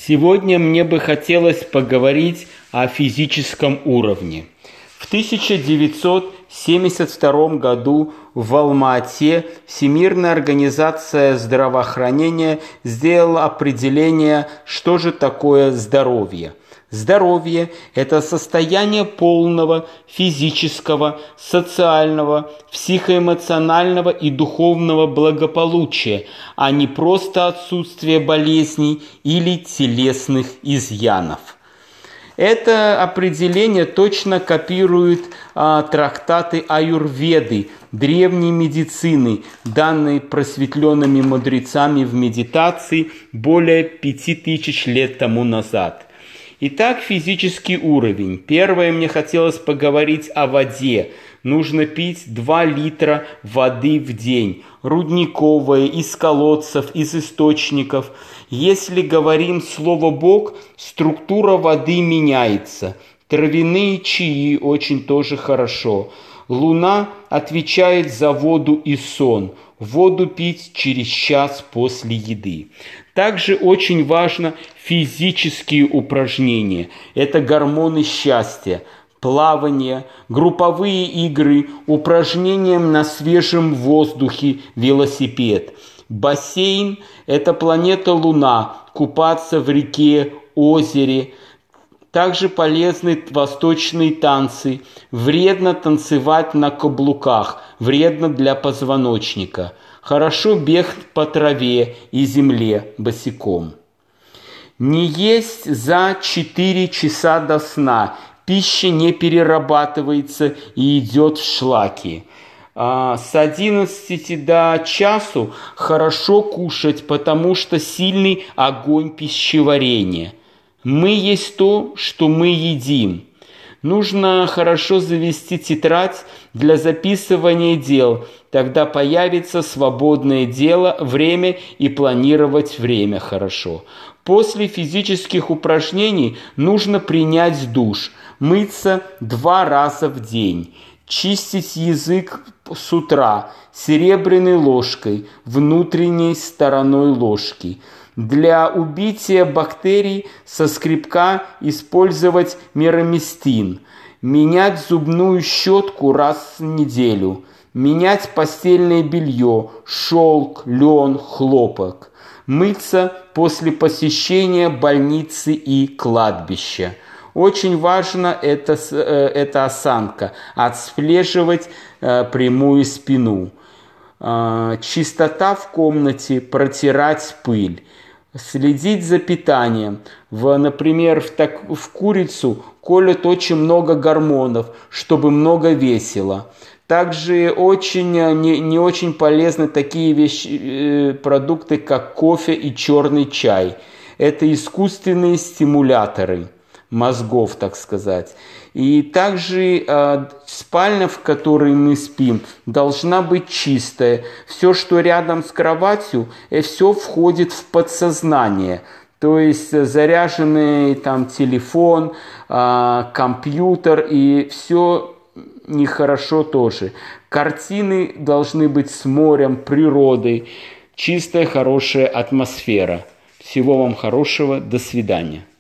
Сегодня мне бы хотелось поговорить о физическом уровне. В 1972 году в Алма-Ате Всемирная организация здравоохранения сделала определение, что же такое здоровье. Здоровье – это состояние полного физического, социального, психоэмоционального и духовного благополучия, а не просто отсутствие болезней или телесных изъянов. Это определение точно копирует трактаты аюрведы, древней медицины, данные просветленными мудрецами в медитации более 5000 лет тому назад. Итак, физический уровень. Первое, мне хотелось поговорить о воде. Нужно пить 2 литра воды в день. Рудниковая, из колодцев, из источников. Если говорим слово «Бог», структура воды меняется. Травяные чаи очень тоже хорошо. Луна отвечает за воду и сон. Воду пить через час после еды. Также очень важно физические упражнения. Это гормоны счастья, плавание, групповые игры, упражнения на свежем воздухе, велосипед. Бассейн – это планета Луна, купаться в реке, озере. Также полезны восточные танцы. Вредно танцевать на каблуках, вредно для позвоночника. Хорошо бегать по траве и земле босиком. Не есть за 4 часа до сна. Пища не перерабатывается и идет в шлаки. С 11 до часу хорошо кушать, потому что сильный огонь пищеварения. Мы есть то, что мы едим. Нужно хорошо завести тетрадь для записывания дел. Тогда появится свободное время и планировать время хорошо. После физических упражнений нужно принять душ, мыться 2 раза в день, чистить язык с утра серебряной ложкой, внутренней стороной ложки. Для убития бактерий со скребка использовать мироместин. Менять зубную щетку раз в неделю. Менять постельное белье, шелк, лен, хлопок. Мыться после посещения больницы и кладбища. Очень важно эта осанка, отслеживать прямую спину. Чистота в комнате, протирать пыль. Следить за питанием. Например, в курицу колют очень много гормонов, чтобы много весило. Также не очень полезны такие продукты, как кофе и черный чай. Это искусственные стимуляторы мозгов, так сказать. И также спальня, в которой мы спим, должна быть чистая. Все, что рядом с кроватью, все входит в подсознание. То есть заряженный там телефон, компьютер и все нехорошо тоже. Картины должны быть с морем, природой, чистая, хорошая атмосфера. Всего вам хорошего, до свидания.